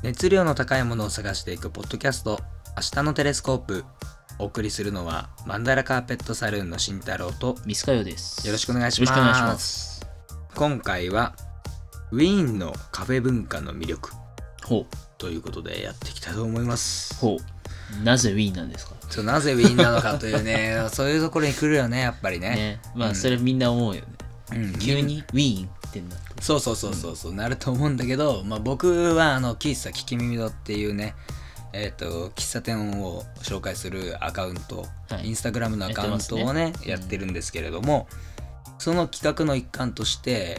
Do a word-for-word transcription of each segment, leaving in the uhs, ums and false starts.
熱量の高いものを探していくポッドキャスト、明日のテレスコープ。お送りするのはマンダラカーペットサルーンの慎太郎とミスカヨです。 よろしくお願いします。 よろしくお願いします。 今回はウィーンのカフェ文化の魅力ほうということでやっていきたいと思います。 ほうなぜウィーンなんですか？ そうなぜウィーンなのかというねそういうところに来るよね、やっぱりね。 ね、まあそれみんな思うよね、 うん、 急にウィーンってなって、 そうそうそうそうそう、うん、なると思うんだけど、まあ、僕はあの喫茶聞き耳戸っていうね、えー、と喫茶店を紹介するアカウント、はい、インスタグラムのアカウントを ね, や, ねやってるんですけれども、うん、その企画の一環として、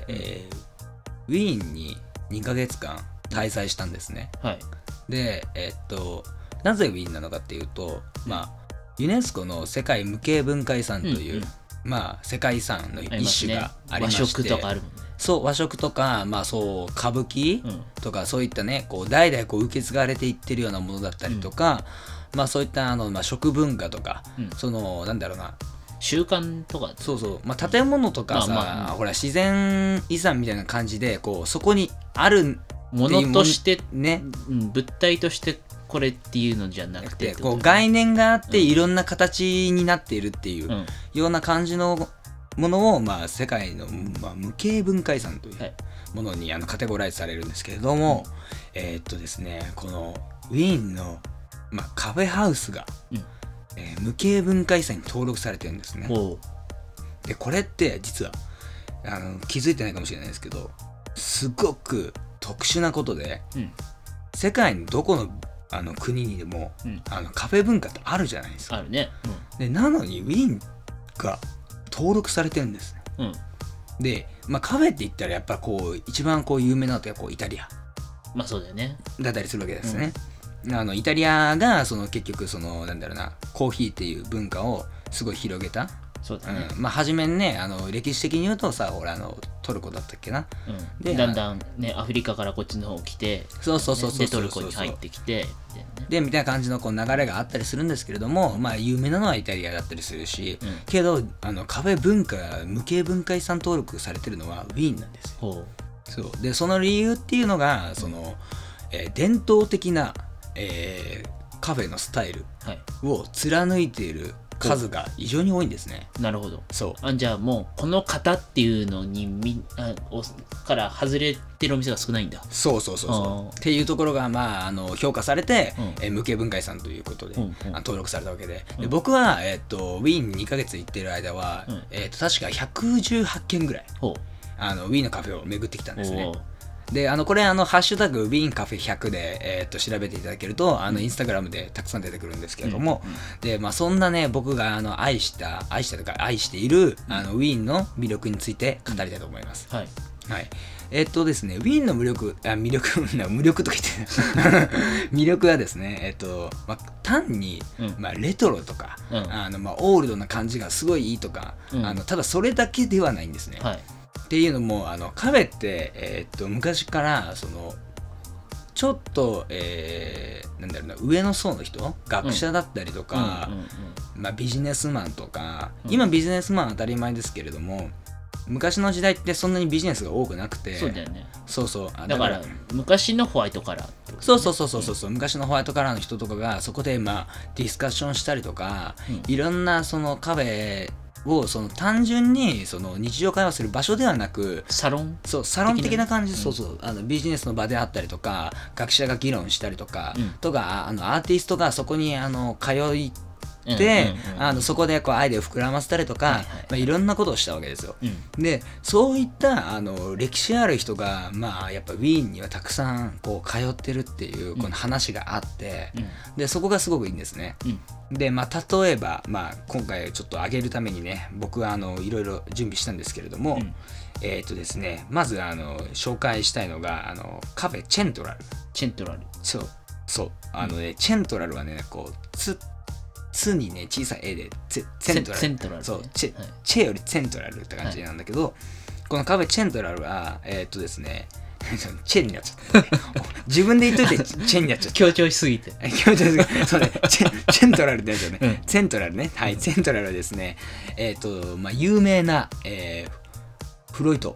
うんえー、ウィーンににかげつかん滞在したんですね、はい、で、えっ、ー、となぜウィーンなのかっていうと、うんまあ、ユネスコの世界無形文化遺産という、うんうんまあ、世界遺産の一種がありまして、ね、和食とかあるもんね。そう和食とか、まあ、そう歌舞伎とか、うん、そういったねこう代々こう受け継がれていってるようなものだったりとか、うん、まあ、そういったあの、まあ、食文化とか、うん、そのなんだろうな習慣とかそうそう、まあ、建物とかさ、まあまあ、ほら自然遺産みたいな感じでこうそこにあるものとしてね、うん、物体としてこれっていうのじゃなくて、 こう概念があっていろんな形になっているっていうような感じのものを、まあ、世界の、まあ、無形文化遺産というものにあのカテゴライズされるんですけれども、うん、えー、っとですねこのウィーンの、まあ、カフェハウスが、うんえー、無形文化遺産に登録されてるんですね。でこれって実はあの気づいてないかもしれないですけどすごく特殊なことで、うん、世界のどこのあの国にでも、うん、あのカフェ文化ってあるじゃないですか。 あるね、 うん、でなのにウィーンが登録されてるんですね、うん、で、まあ、カフェって言ったらやっぱこう一番こう有名なのってこうイタリアまあそうだよねだったりするわけですね、うん、あのイタリアがその結局そのなんだろうなコーヒーっていう文化をすごい広げた。 そうだね、 うん、まあ初めにねあの歴史的に言うとさほらあのトルコだったっけな、 うん、でだんだんねアフリカからこっちの方来てそうそうそうそうでトルコに入ってきてでみたいな感じのこう流れがあったりするんですけれども、まあ有名なのはイタリアだったりするし、うん、けどあのカフェ文化無形文化遺産登録されてるのはウィーンなんですよ。そうでその理由っていうのがその、えー、伝統的な、えー、カフェのスタイルを貫いている数が異常に多いんですね。 なるほど。 そうあじゃあもうこの型っていうのにみあおから外れてるお店が少ないんだ。 そうそうそうそうっていうところが、まあ、あの評価されて、うんえー、無形文化遺産ということで、うんうん、登録されたわけで、うん、で僕は、えー、とウィーンににかげつ行ってる間は、うんえー、と確かひゃくじゅうはちけんぐらいあのウィーンのカフェを巡ってきたんですね。であのこれあのハッシュタグウィーンカフェひゃくで、えー、と調べていただけるとあのインスタグラムでたくさん出てくるんですけれども、うんうん、でまあ、そんなね僕があの愛した愛したとか愛しているあのウィーンの魅力について語りたいと思います、うん、はい、はい、えー、っとですねウィーンの魅力あ魅力無力とか言って魅力はですねえー、っと、まあ、単に、うんまあ、レトロとか、うん、あのまあ、オールドな感じがすごいいいとか、うん、あのただそれだけではないんですね、はいっていうのもあのカフェって、えー、っと昔からそのちょっと、えー、なんだろうな上の層の人学者だったりとか、うんうんうんうんまあ、ビジネスマンとか、うん、今ビジネスマンは当たり前ですけれども昔の時代ってそんなにビジネスが多くなくてそうだよねそうそうだから、だから昔のホワイトカラー、ね、 そうそうそうそうそう、うん、昔のホワイトカラーの人とかがそこで、まあ、ディスカッションしたりとか、うん、いろんなそのカフェをその単純にその日常会話する場所ではなくサロンそうサロン的な感じ、うん、そうそうあのビジネスの場であったりとか学者が議論したりとか、うん、とかあのアーティストがそこにあの通いで、うんうんうん、あのそこでこうアイデアを膨らませたりとか、はいはいはいまあ、いろんなことをしたわけですよ、うん、でそういったあの歴史ある人が、まあ、やっぱウィーンにはたくさんこう通ってるっていうこの話があって、うん、でそこがすごくいいんですね、うん、で、まあ、例えば、まあ、今回ちょっと上げるためにね僕はあのいろいろ準備したんですけれども、うんえーとですね、まずあの紹介したいのがあのカフェチェントラルチェントラルそうそうあの、ねうん、チェントラルはねこうつつにね小さい A でセントラル、 セントラルね、 そうチェ、はい、チェよりセントラルって感じなんだけど、はい、このカフェチェントラルはえー、っとですねチェになっちゃった自分で言っといてチェになっちゃった強調しすぎて強調しすぎてそうねチェ、チェントラルってやつよね、うん、セントラルねはいセントラルはですねえー、っとまあ有名な、えー、フロイト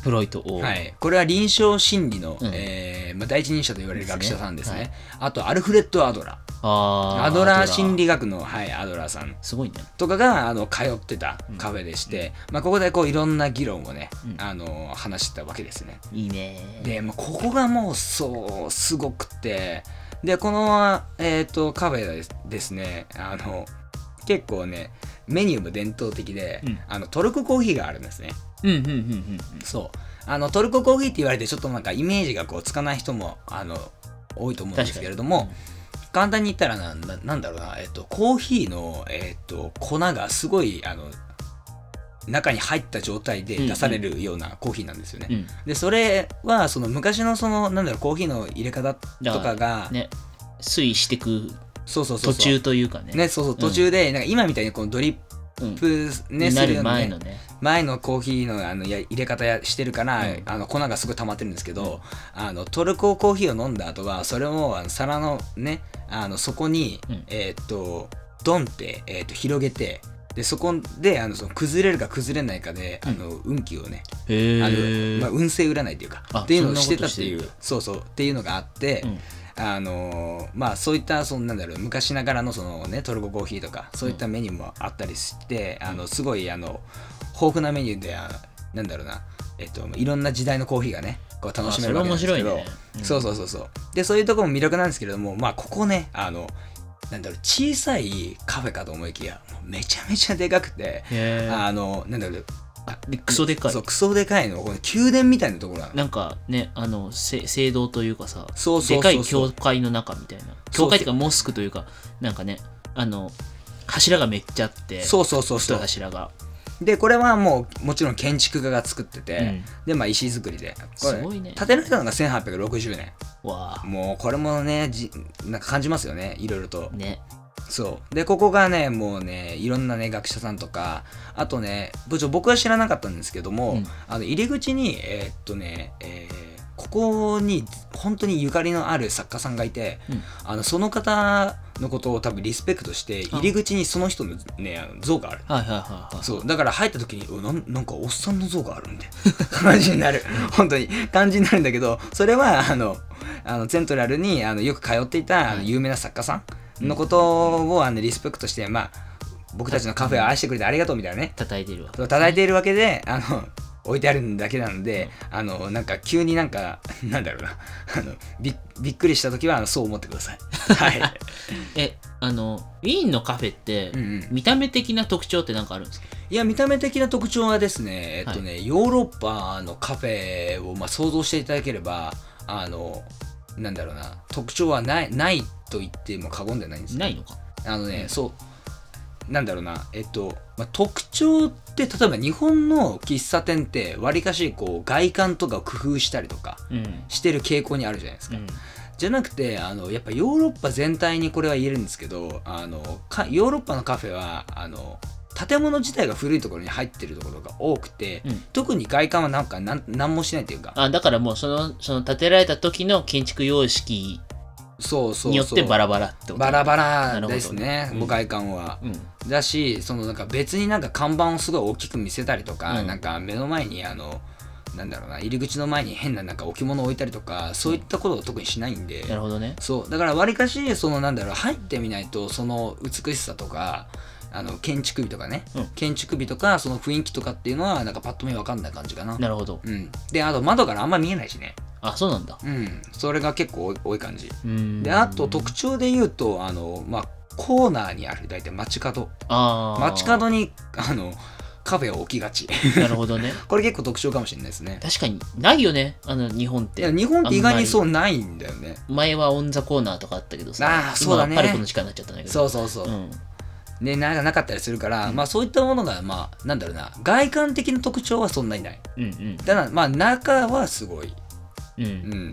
フロイト、 はい、これは臨床心理の、 うんえーまあ、第一人者と言われる学者さんですね。 ですねはい、あとアルフレッド・アドラー。 あアドラー心理学の、はい、アドラーさんすごいねとかがあの通ってたカフェでして、うんまあ、ここでこういろんな議論をね、 うん、 あの話してたわけですね。 いいね。 でもうここがもうそうすごくて、でこの、えー、とカフェはですね、あの結構ねメニューも伝統的で、うん、あのトルココーヒーがあるんですね。 うんうんうんうん、 そうあのトルココーヒーって言われてちょっとなんかイメージがこうつかない人もあの多いと思うんですけれども、簡単に言ったらなんだ、なんだろうな、えっと、コーヒーの、えっと、粉がすごいあの中に入った状態で出されるようなコーヒーなんですよね。うんうん、でそれはその昔のそのなんだろうコーヒーの入れ方とかが、 ね、推移していくそうそうそうそう途中というかね。 ねそうそう途中で、うん、なんか今みたいにこのドリップ、うん、ねするような、ね、 前のね前のコーヒーの、あのや入れ方やしてるから、うん、あの粉がすごい溜まってるんですけど、うん、あのトルココーヒーを飲んだ後はそれをあの皿のねあの底に、うん、えー、っとドンって、えー、っと広げてでそこであのその崩れるか崩れないかで、うん、あの運気をねあの、まあ、運勢占いっていうかっていうのをしてたっていうそうそうっていうのがあって、うんあのー、まあそういったそのなんだろう昔ながらのそのねトルココーヒーとかそういったメニューもあったりして、うん、あのすごいあの豊富なメニューでなんだろうなえっといろんな時代のコーヒーがねこう楽しめるわけなんですけど、ねうん、そうそうそうそうでそういうところも魅力なんですけれどもまあここねあのなんだろう小さいカフェかと思いきやめちゃめちゃでかくてあのなんだろうあでクソでかいそうクソでかいのこの宮殿みたいなところなのなんかねあの聖堂というかさそうそうそうそうでかい教会の中みたいな教会っていうかモスクというかなんかねあの柱がめっちゃあってそうそうそうそう柱がでこれはもうもちろん建築家が作ってて、うん、でまあ石造りでこれすごいね建てられたのがせんはっぴゃくろくじゅうねんわあもうこれもねじなんか感じますよねいろいろとねそうでここがねもうねいろんなね学者さんとかあとね僕は知らなかったんですけども、うん、あの入り口にえー、っとね、えー、ここに本当にゆかりのある作家さんがいて、うん、あのその方のことを多分リスペクトして入り口にその人のねあの像がある、 はいはいはいはい、 そうだから入った時にな ん, なんかおっさんの像があるんで感じになる本当に感じになるんだけどそれはあのあのセントラルにあのよく通っていたあの有名な作家さんのことをあのリスペクトして、まあ、僕たちのカフェを愛してくれてありがとうみたいなね叩いてるわけ、 叩いているわけであの置いてあるだけなので、うん、あのなんか急になんかなんだろうなあの び, びっくりした時はあのそう思ってくださいはいえあのウィーンのカフェって、うんうん、見た目的な特徴って何かあるんですか？ いや見た目的な特徴はですねえっとね、はい、ヨーロッパのカフェをまあ想像していただければあのなんだろうな特徴はないないと言っても過言ではないんですないのかあのね、うん、そうなんだろうなえっと、まあ、特徴って例えば日本の喫茶店ってわりかしこう外観とかを工夫したりとかしてる傾向にあるじゃないですか、うん、じゃなくてあのやっぱヨーロッパ全体にこれは言えるんですけどあのかヨーロッパのカフェはあの建物自体が古いところに入ってるところが多くて、うん、特に外観はなんかなん何もしないというかあだからもうそのその建てられた時の建築様式によってバラバラってことバラバラですね、ね、外観は、うん、だしそのなんか別になんか看板をすごい大きく見せたりとか、うん、なんか目の前にあのなんだろうな入り口の前に変ななんか置物を置いたりとかそういったことを特にしないんで、 うん、なるほどねそうだからわりかしそのなんだろう入ってみないとその美しさとかあの建築美とかね、うん、建築美とかその雰囲気とかっていうのはなんかパッと見分かんない感じかな。 なるほど、 うん、であと窓からあんま見えないしね。 あそうなんだ。 うんそれが結構多い感じであと特徴で言うとあの、まあ、コーナーにある大体街角あ街角にあのカフェを置きがちなるほどねこれ結構特徴かもしれないですね。 確かにないよねあの日本って。 いや日本って意外にそうないんだよね。 前はオンザコーナーとかあったけどさあそうだね今はパルコの時間になっちゃったんだけどそうそうそう、うんね、な, なかったりするから、うんまあ、そういったものが、まあ、なんだろうな外観的な特徴はそんなにない、 うんうん、 だから、まあ、中はすごい、 うんうん、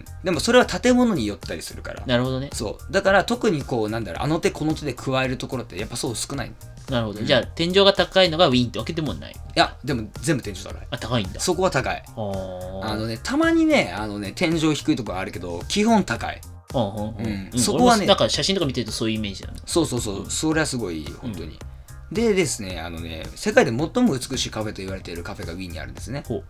でもそれは建物によったりするから。 なるほどね。 そうだから特にこうなんだろうあの手この手で加えるところってやっぱそう少ない。 なるほど、うん、じゃあ天井が高いのがウィーンってわけでもない。いやでも全部天井高い。 あ高いんだ。 そこは高い。あのねたまにねあのね天井低いところあるけど基本高い。 うんうんうん、そこはねなんか写真とか見てるとそういうイメージだね。 そうそうそう、うん、それはすごい本当に、うんでですね、あのね、世界で最も美しいカフェと言われているカフェがウィーンにあるんですね。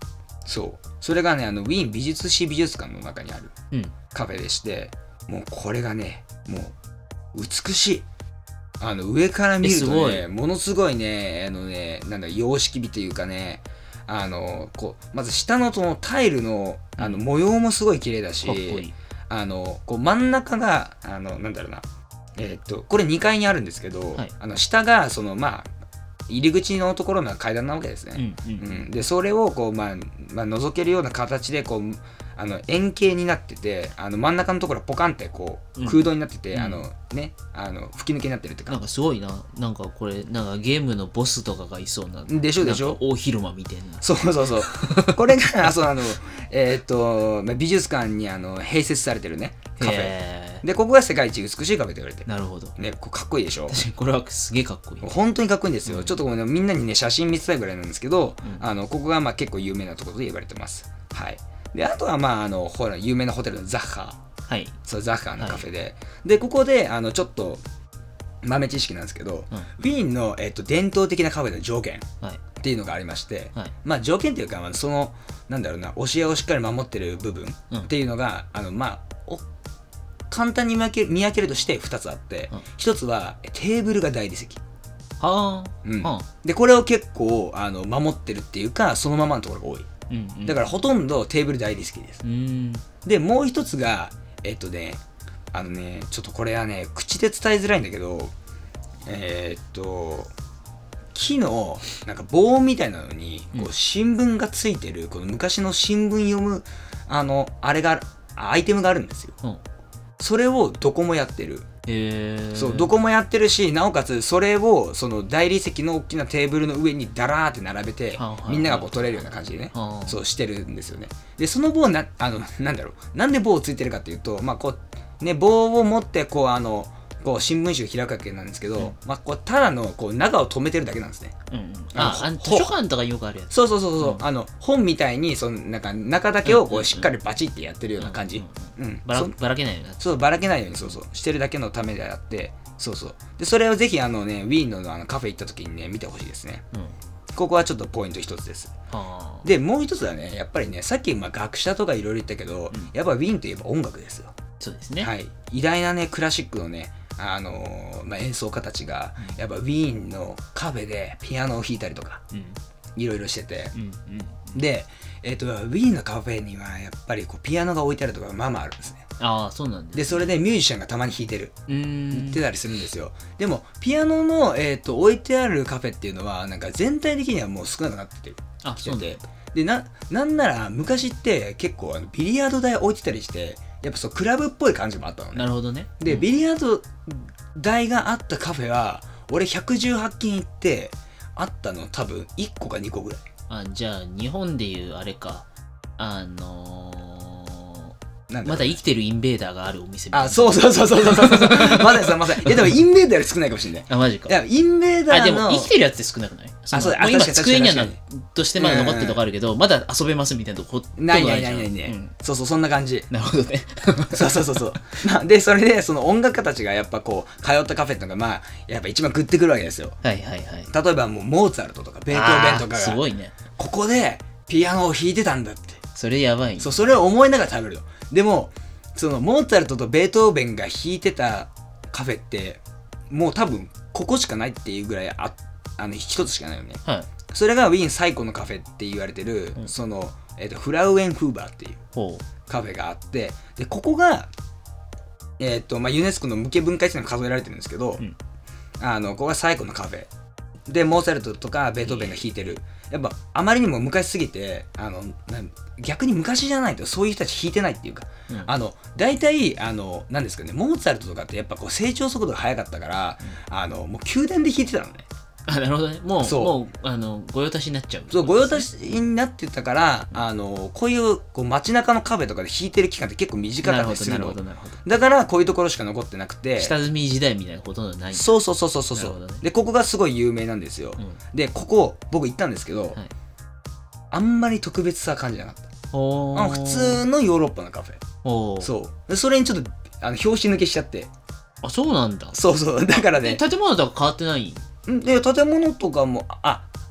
そうそれがねあのウィーン美術史美術館の中にあるカフェでして、うん、もうこれがねもう美しい。あの上から見るとねものすごいねあのねなんだ様式美というかねあのこうまず下のそのタイルのあの模様もすごい綺麗だし、かっこいい。あのこう真ん中があのなんだろうなえー、っとこれにかいにあるんですけど、はい、あの下がそのまあ入り口のところの階段なわけですね。うんうんうん、でそれをこう、まあまあ、覗けるような形でこうあの円形になっててあの真ん中のところポカンってこう空洞になってて、うん、あのねあの吹き抜けになってるってかなんかすごいな。なんかこれなんかゲームのボスとかがいそうなでしょでしょ大広間みたいな。 そうそうそうこれがそうあのえー、っと美術館にあの併設されてるねカフェでここが世界一美しいカフェと言われてる。 なるほどねこかっこいいでしょ。 確かにこれはすげえかっこいい。 本当にかっこいいんですよ、うん、ちょっとごめんみんなにね写真見せたいぐらいなんですけど、うん、あのここがまあ結構有名なところで言われてます。はい。であとはまああのほら有名なホテルのザッハー、はい、そうザッハーのカフェで、はい、でここであのちょっと豆知識なんですけど、うん、ウィーンの、えっと、伝統的なカフェの条件っていうのがありまして、はい、まあ条件っていうか、まあ、そのなんだろうな教えをしっかり守ってる部分っていうのが、うん、あのまあお簡単に見分ける、見分けるとしてふたつあって、うん、ひとつはテーブルが大理石。はあ、うん、はあ、でこれを結構あの守ってるっていうかそのままのところが多い。うんうん、だからほとんどテーブル大理石です。うん、でもう一つがえっとねあのねちょっとこれはね口で伝えづらいんだけどえー、っと木のなんか棒みたいなのにこう新聞がついてる、うん、この昔の新聞読むあのあれがアイテムがあるんですよ。うん、それをどこもやってる。そうどこもやってるしなおかつそれをその大理石の大きなテーブルの上にダラーって並べて、はあはあ、みんながこう取れるような感じでね、はあ、そうしてるんですよね。でその棒なあのなんだろうなんで棒をついてるかっていうとまあこうね棒を持ってこうあのこう新聞紙を開くわけなんですけど、うん、まあこうただのこう中を止めてるだけなんですね。うんうん、 ああ図書館とかよくあるやつ。 そうそうそうそう、うん、あの本みたいにそのなんか中だけをこうしっかりバチってやってるような感じ。 ばらばらけないようにそうばらけないようにそうそうしてるだけのためであってそうそうでそれをぜひあのねウィーン の, あのカフェ行った時にね見てほしいですね。うん、ここはちょっとポイント一つです。はでもう一つはねやっぱりねさっきまあ学者とかいろいろ言ったけど、うん、やっぱウィーンといえば音楽ですよ。 そうですね。 はい、偉大なねクラシックのねあのーまあ、演奏家たちが、うん、やっぱウィーンのカフェでピアノを弾いたりとか、うん、いろいろしてて、うんうん、で、えーと、ウィーンのカフェにはやっぱりこうピアノが置いてあるとかまあまああるんですね。 ああそうなんです、ね、 でそれでミュージシャンがたまに弾いてる弾ってたりするんですよ。でもピアノの、えーと、置いてあるカフェっていうのはなんか全体的にはもう少なくなっててあきててで な, なんなら昔って結構あのビリヤード台置いてたりしてやっぱそうクラブっぽい感じもあったのね。 なるほどね。 で、うん、ビリヤード台があったカフェは俺ひゃくじゅうはちけん行ってあったの多分いっこかにこぐらい。 あじゃあ日本でいうあれかあのーまだ生きてるインベーダーがあるお店みたいな。 あ、そうそうそうそうそうそうそうまさにさまさに。いやでもインベーダーより少ないかもしれない。 あ、マジか。 いやインベーダーの。 あ、でも生きてるやつって少なくない？ あ、そうだ。 今机にはなとしてまだ残ってるとこあるけど、まだ遊べますみたいなとこないないないないね、うん。そうそうそんな感じ。 なるほどね。 そうそうそうそう。まあでそれでその音楽家たちがやっぱこう通ったカフェとかまあやっぱ一番グッてくるわけですよ。 はいはいはい。 例えばもうモーツァルトとかベートーベンとかがすごいね。 ここでピアノを弾いてたんだって。 それやばいね。 そうそれを思いながら食べるの。でもそのモーツァルトとベートーベンが弾いてたカフェってもう多分ここしかないっていうぐらいああの一つしかないよね、はい、それがウィーン最古のカフェって言われてる、うん、その、えーと、フラウエンフーバーっていうカフェがあってでここが、えーとまあ、ユネスコの無形文化遺産に数えられてるんですけど、うん、あのここが最古のカフェでモーツァルトとかベートーベンが弾いてるやっぱあまりにも昔すぎてあの逆に昔じゃないとそういう人たち弾いてないっていうか、うん、あの大体あのなんですかねモーツァルトとかってやっぱこう成長速度が速かったから、うん、あのもう宮殿で弾いてたのね。 あ、なるほどね。もうそうもうあの御用達になっちゃう、ね、 そう御用達になってたから、うん、あのこういうこう街中のカフェとかで弾いてる期間って結構短かったりするの。だからこういうところしか残ってなくて下積み時代みたいなことはないんだ。 そうそうそうそうそう、ね、でここがすごい有名なんですよ、うん、でここ僕行ったんですけど、はい、あんまり特別さ感じなかった。あの普通のヨーロッパのカフェ。おそうでそれにちょっとあの拍子抜けしちゃって。 あ、そうなんだ。 そうそうだからね建物とか変わってない？ で建物とかもあ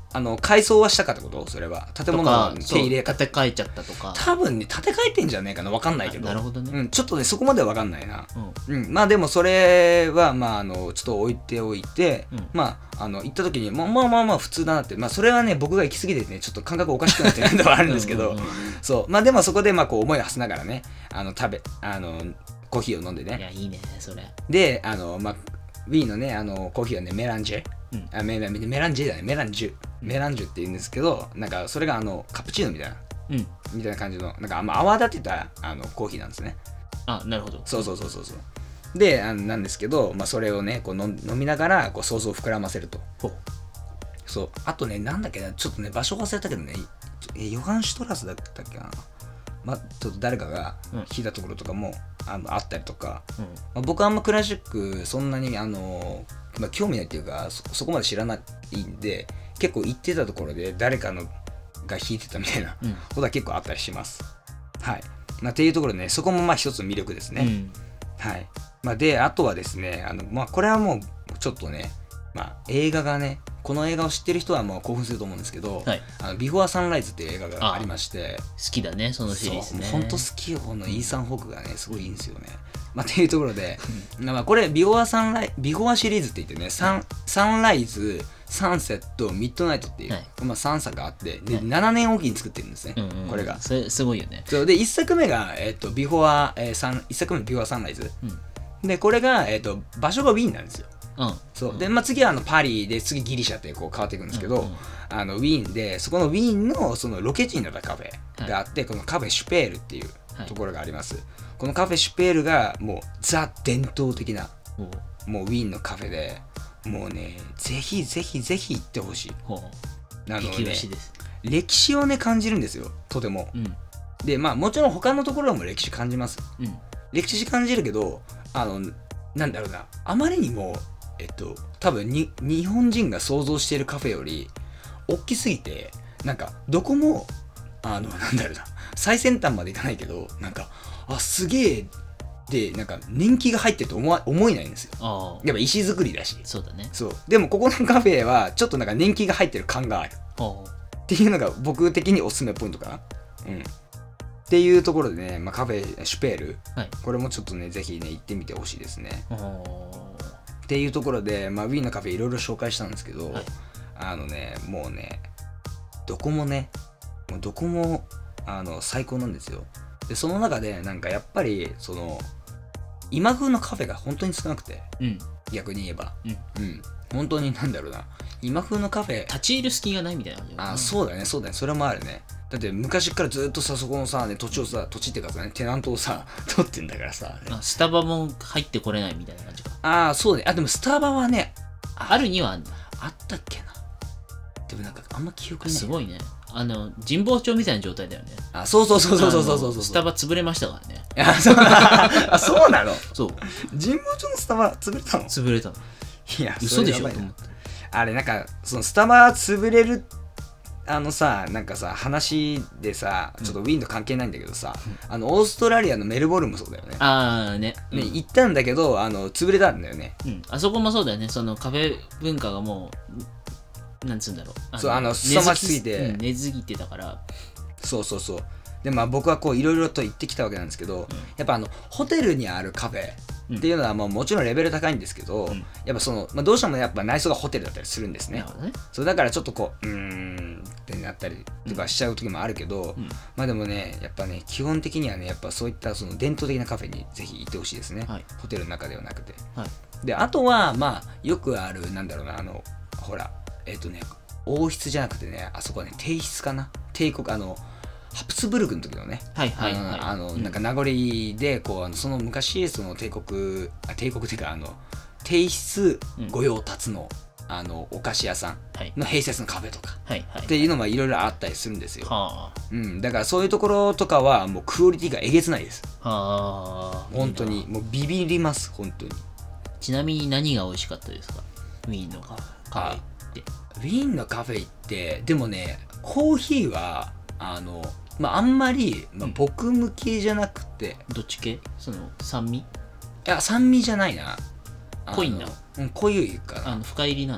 あの改装はしたかってこと？それは建物の手入れ建て替えちゃったとか。 多分ね建て替えてんじゃねえかな、分かんないけど。 なるほどね、 うん、ちょっとねそこまでは分かんないな、 うん、 うん、まあでもそれはまああのちょっと置いておいて、うん、まああの行った時にまあまあまあまあ普通だなって、まあそれはね僕が行き過ぎてねちょっと感覚おかしくなってるのはあるんですけどそうまあでもそこでまあこう思いを馳せながらねあの食べあのコーヒーを飲んでね。 いやいいねそれであのまあウィーンのねあのコーヒーはねメランジェ、うん、あ メ, メ, メランジェだねメランジュメランジュって言うんですけど、なんかそれがあのカプチーノみたいな、うん、みたいな感じのなんかあんま泡立てたあのコーヒーなんですね。 あ、なるほど。 そうそうそうそうそうであなんですけど、まあ、それをねこう飲みながらこう想像を膨らませると。そうあとねなんだっけなちょっとね場所忘れたけどねヨハンシュトラスだったっけな、まあ、ちょっと誰かが弾いたところとかも、うん、あのあったりとか、うんまあ、僕はあんまクラシックそんなにあの、まあ、興味ないっていうか そ, そこまで知らないんで結構行ってたところで誰かのが弾いてたみたいなことは結構あったりします、うん、はい、まあ、っていうところでねそこもまあ一つの魅力ですね、うん、はい、まあ、であとはですねあの、まあ、これはもうちょっとね、まあ、映画がねこの映画を知ってる人はもう興奮すると思うんですけど、はい、あのビフォーサンライズっていう映画がありまして、 好きだねそのシリーズね。 ほんと好きよこのイーサン・ホークがねすごいいいんですよね、まあ、っていうところでまあこれビフォーサンライビフォーシリーズって言ってねサン、サンライズサンセットミッドナイトっていう、はい、まあ、さんさくあってで、はい、ななねんおきに作ってるんですね、うんうん、これがそれすごいよね。 そうでいっさくめが、えー、とビフォー、えー、サンいっさくめビフォーサンライズ、うん、でこれが、えー、と場所がウィーンなんですよ。うん、そうで、まあ、次はあのパリで次ギリシャってこう変わっていくんですけど、うんうん、あのウィーンでそこのウィーンのそのロケ地になったカフェがあって、はい、このカフェシュペールっていうところがあります、はい、このカフェシュペールがもうザ伝統的なもうウィーンのカフェでもうねぜひぜひぜひ行ってほしい。あの、ね、歴史をね感じるんですよとても、うん、でまあもちろん他のところも歴史感じます、うん、歴史感じるけどあのなんだろうなあまりにもえっと多分に日本人が想像しているカフェより大きすぎてなんかどこもあのなんだろうな最先端までいかないけどなんかあすげえでなんか年季が入ってると思わ思えないんですよ。あやっぱ石造りだし。 そうだね。 そうでもここのカフェはちょっとなんか年季が入ってる感があるっていうのが僕的におすすめポイントかな。うんっていうところでね、まあ、カフェシュペール、はい、これもちょっとねぜひね行ってみてほしいですね。っていうところで、まあ、ウィーンのカフェいろいろ紹介したんですけど、はい、あのねもうねどこもねもうどこもあの最高なんですよ。でその中でなんかやっぱりその今風のカフェが本当に少なくて、うん、逆に言えば、うん、うん、本当になんだろうな今風のカフェ立ち入る隙がないみたいな感じ。 あ、そうだねそうだねそれもあるね。だって昔からずっとさそこのさ、ね、土地をさ土地っていうかさ、ね、テナントをさ取ってんだからさ、ね、 あスタバも入ってこれないみたいな感じか。 ああそうね。あでもスタバはねあ, あるにはあんだあったっけな。でもなんかあんま記憶ない。 すごいね。あの神保町みたいな状態だよね。 あそうそうそうそうそうそうそうそうスタバ潰れましたからね。 あそうあそうなの。 そう神保町のスタバ潰れたの。 潰れたの。 いや嘘でしょと思って。 あれなんかそのスタバ潰れるあのさなんかさ話でさちょっとウィーンと関係ないんだけどさ、うん、あのオーストラリアのメルボルンもそうだよね。 ああね、 ね、うん、行ったんだけどあの潰れたんだよね、 うん、あそこもそうだよね。そのカフェ文化がもうなんつうんだろうあそうあの凄まじすぎて、 うん、根付いてたからそうそうそうでまあ僕はこういろいろと行ってきたわけなんですけど、うん、やっぱあのホテルにあるカフェっていうのはまあもちろんレベル高いんですけど、うん、やっぱその、まあ、どうしてもやっぱ内装がホテルだったりするんですね。ねそうだからちょっとこううーんってなったりとかしちゃう時もあるけど、うん、まあでもねやっぱね基本的にはねやっぱそういったその伝統的なカフェにぜひ行ってほしいですね、はい、ホテルの中ではなくて、はい、であとはまあよくあるなんだろうなあのほらえっ、ー、とね王室じゃなくてねあそこはね帝室かな帝国あのハプスブルクの時のね、はいはいはい、あの、うん、なんか名残でこうあのその昔その帝国あ帝国っていうかあの帝室御用達の、うん、あのお菓子屋さんの併設のカフェとか、はいはい、っていうのもいろいろあったりするんですよ、はあうん、だからそういうところとかはもうクオリティがえげつないです、はあ、本当にもうビビります本当に。 ちなみに何が美味しかったですかウィーンのカフェ行って。 ウィーンのカフェ行ってでもねコーヒーはあのまああんまり、まあ、僕向きじゃなくて、 うん、どっち系その酸味いや酸味じゃないな濃いんだうん濃いかなあの深入りなんだ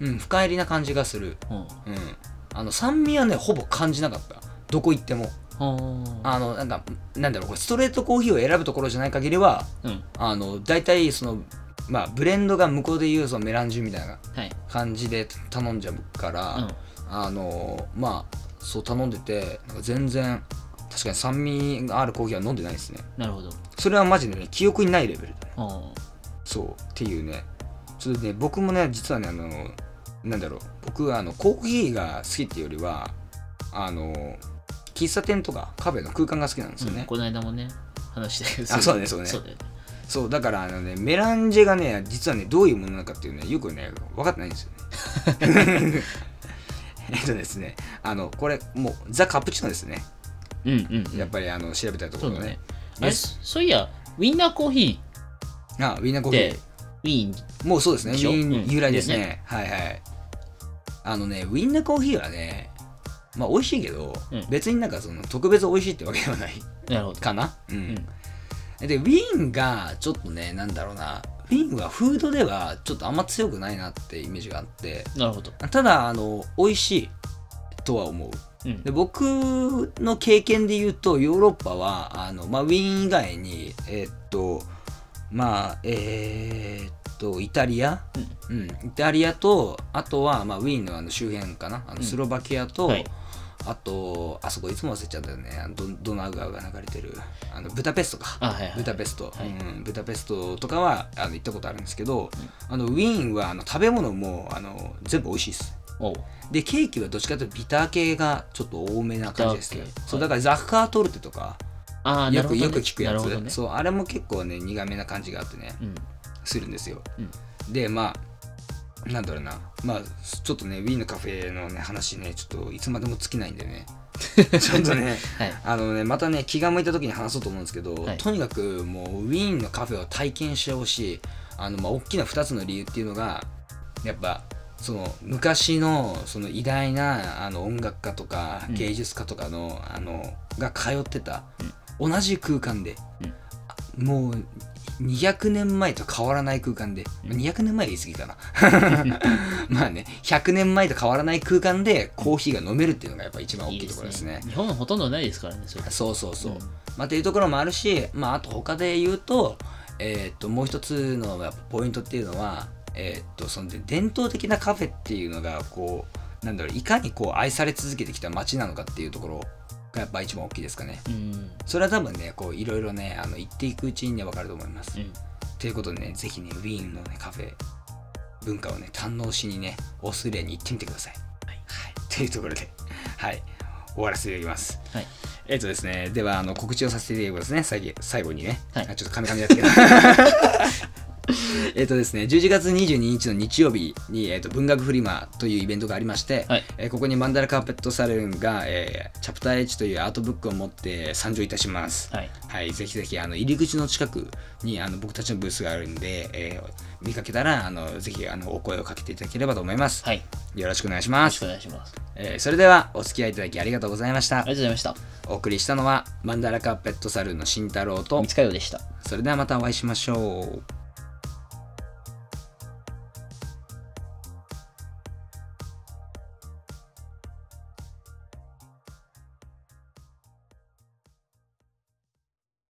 うん、深入りな感じがする、 うんうん、あの酸味はねほぼ感じなかった、どこ行っても。あのなんかなんだろう、これストレートコーヒーを選ぶところじゃない限りは、うん、あの大体そのまあブレンドが向こうでいうそのメランジュみたいな感じで頼んじゃうから、はい、あのまあそう頼んでて、なんか全然確かに酸味があるコーヒーは飲んでないですね。 なるほど。 それはマジでね記憶にないレベルで、ね、そうっていうね。ちょっとね僕もね実はねあのなんだろう、僕はあのコーヒーが好きっていうよりはあの喫茶店とかカフェの空間が好きなんですよね、 うん、この間もね話したけど。 あ、そうねそうねそうだよね。そうだからあのねメランジェがね実はねどういうものなのかっていうねよくね分かってないんですよねえっとですねあのこれもうザ・カプチーノですね。 うんうん、うん、 やっぱりあの調べたところね。そうね、 あれそういやウィンナーコーヒーあウィンナーコーヒーウィーンもうそうですね、ウィーン由来ですね、 うん、ねはいはい。あのねウィンナーコーヒーはねまあ美味しいけど、うん、別になんかその特別美味しいってわけではないかな。うん、うん、でウィーンがちょっとねなんだろうな、ウィーンはフードではちょっとあんま強くないなってイメージがあって。 なるほど。 ただあの美味しいとは思う、うん、で僕の経験で言うとヨーロッパはあの、まあ、ウィーン以外にえー、っとまあえー、っとイタリア、うんうん、イタリアとあとは、まあ、ウィーン の, あの周辺かな、あのスロバキアと、うんはい、あとあそこいつも忘れちゃったよね、ド, ドナウ川が流れてるあのブダペストか、 はいはい、 ブダペスト、 はいうん、ブダペストとかはあの行ったことあるんですけど、うん、あのウィーンはあの食べ物もあの全部美味しいです。おでケーキはどっちかというとビター系がちょっと多めな感じですけど、そうだからザッカートルテとかあよく、ね、よく聞くやつ、 ね、 そうあれも結構ね苦めな感じがあってね、うん、するんですよ、うん、でまあなんだろうな、まあちょっとねウィーンのカフェのね話ねちょっといつまでも尽きないんでねちょっとね、はい、あのねまたね気が向いた時に話そうと思うんですけど、はい、とにかくもうウィーンのカフェを体験してほしい、あのまあ大きなふたつの理由っていうのがやっぱその昔のその偉大なあの音楽家とか芸術家とかの、うん、あのが通ってた、うん、同じ空間で、うん、もうにひゃくねんまえと変わらない空間で、うん、にひゃくねんまえは言い過ぎかなまあねひゃくねんまえと変わらない空間でコーヒーが飲めるっていうのがやっぱ一番大きいところですね。いいですね。 日本はほとんどないですからね。それそうそうそう、うん、まあっていうところもあるし、まああと他で言うとえー、っともう一つのやっぱポイントっていうのはえー、っとその伝統的なカフェっていうのがこうなんだろういかにこう愛され続けてきた街なのかっていうところがやっぱ一番大きいですかね。うん、それは多分ねこういろいろねあの言っていくうちにね分かると思います。うん、ということでねぜひねウィーンのねカフェ文化をね堪能しにねオーストラリアに行ってみてください。はい、はい、というところではい終わらせていただきます。はい、えっとですねではあの告知をさせていただきますね。最最後にね、はい、ちょっとカミカミだったけどえっとですね、じゅういちがつにじゅうににちの日曜日に、えー、と文学フリマというイベントがありまして、はいえー、ここにマンダラカーペットサルーンが、えー、チャプター H というアートブックを持って参上いたします。はい、はい、ぜひぜひあの入り口の近くにあの僕たちのブースがあるんで、えー、見かけたらあのぜひあのお声をかけていただければと思います。はい、よろしくお願いします。 よろしくお願いします。 えー、それではお付き合いいただきありがとうございました。 ありがとうございました。 お送りしたのはマンダラカーペットサルーンの慎太郎と三塚洋でした。 それではまたお会いしましょう。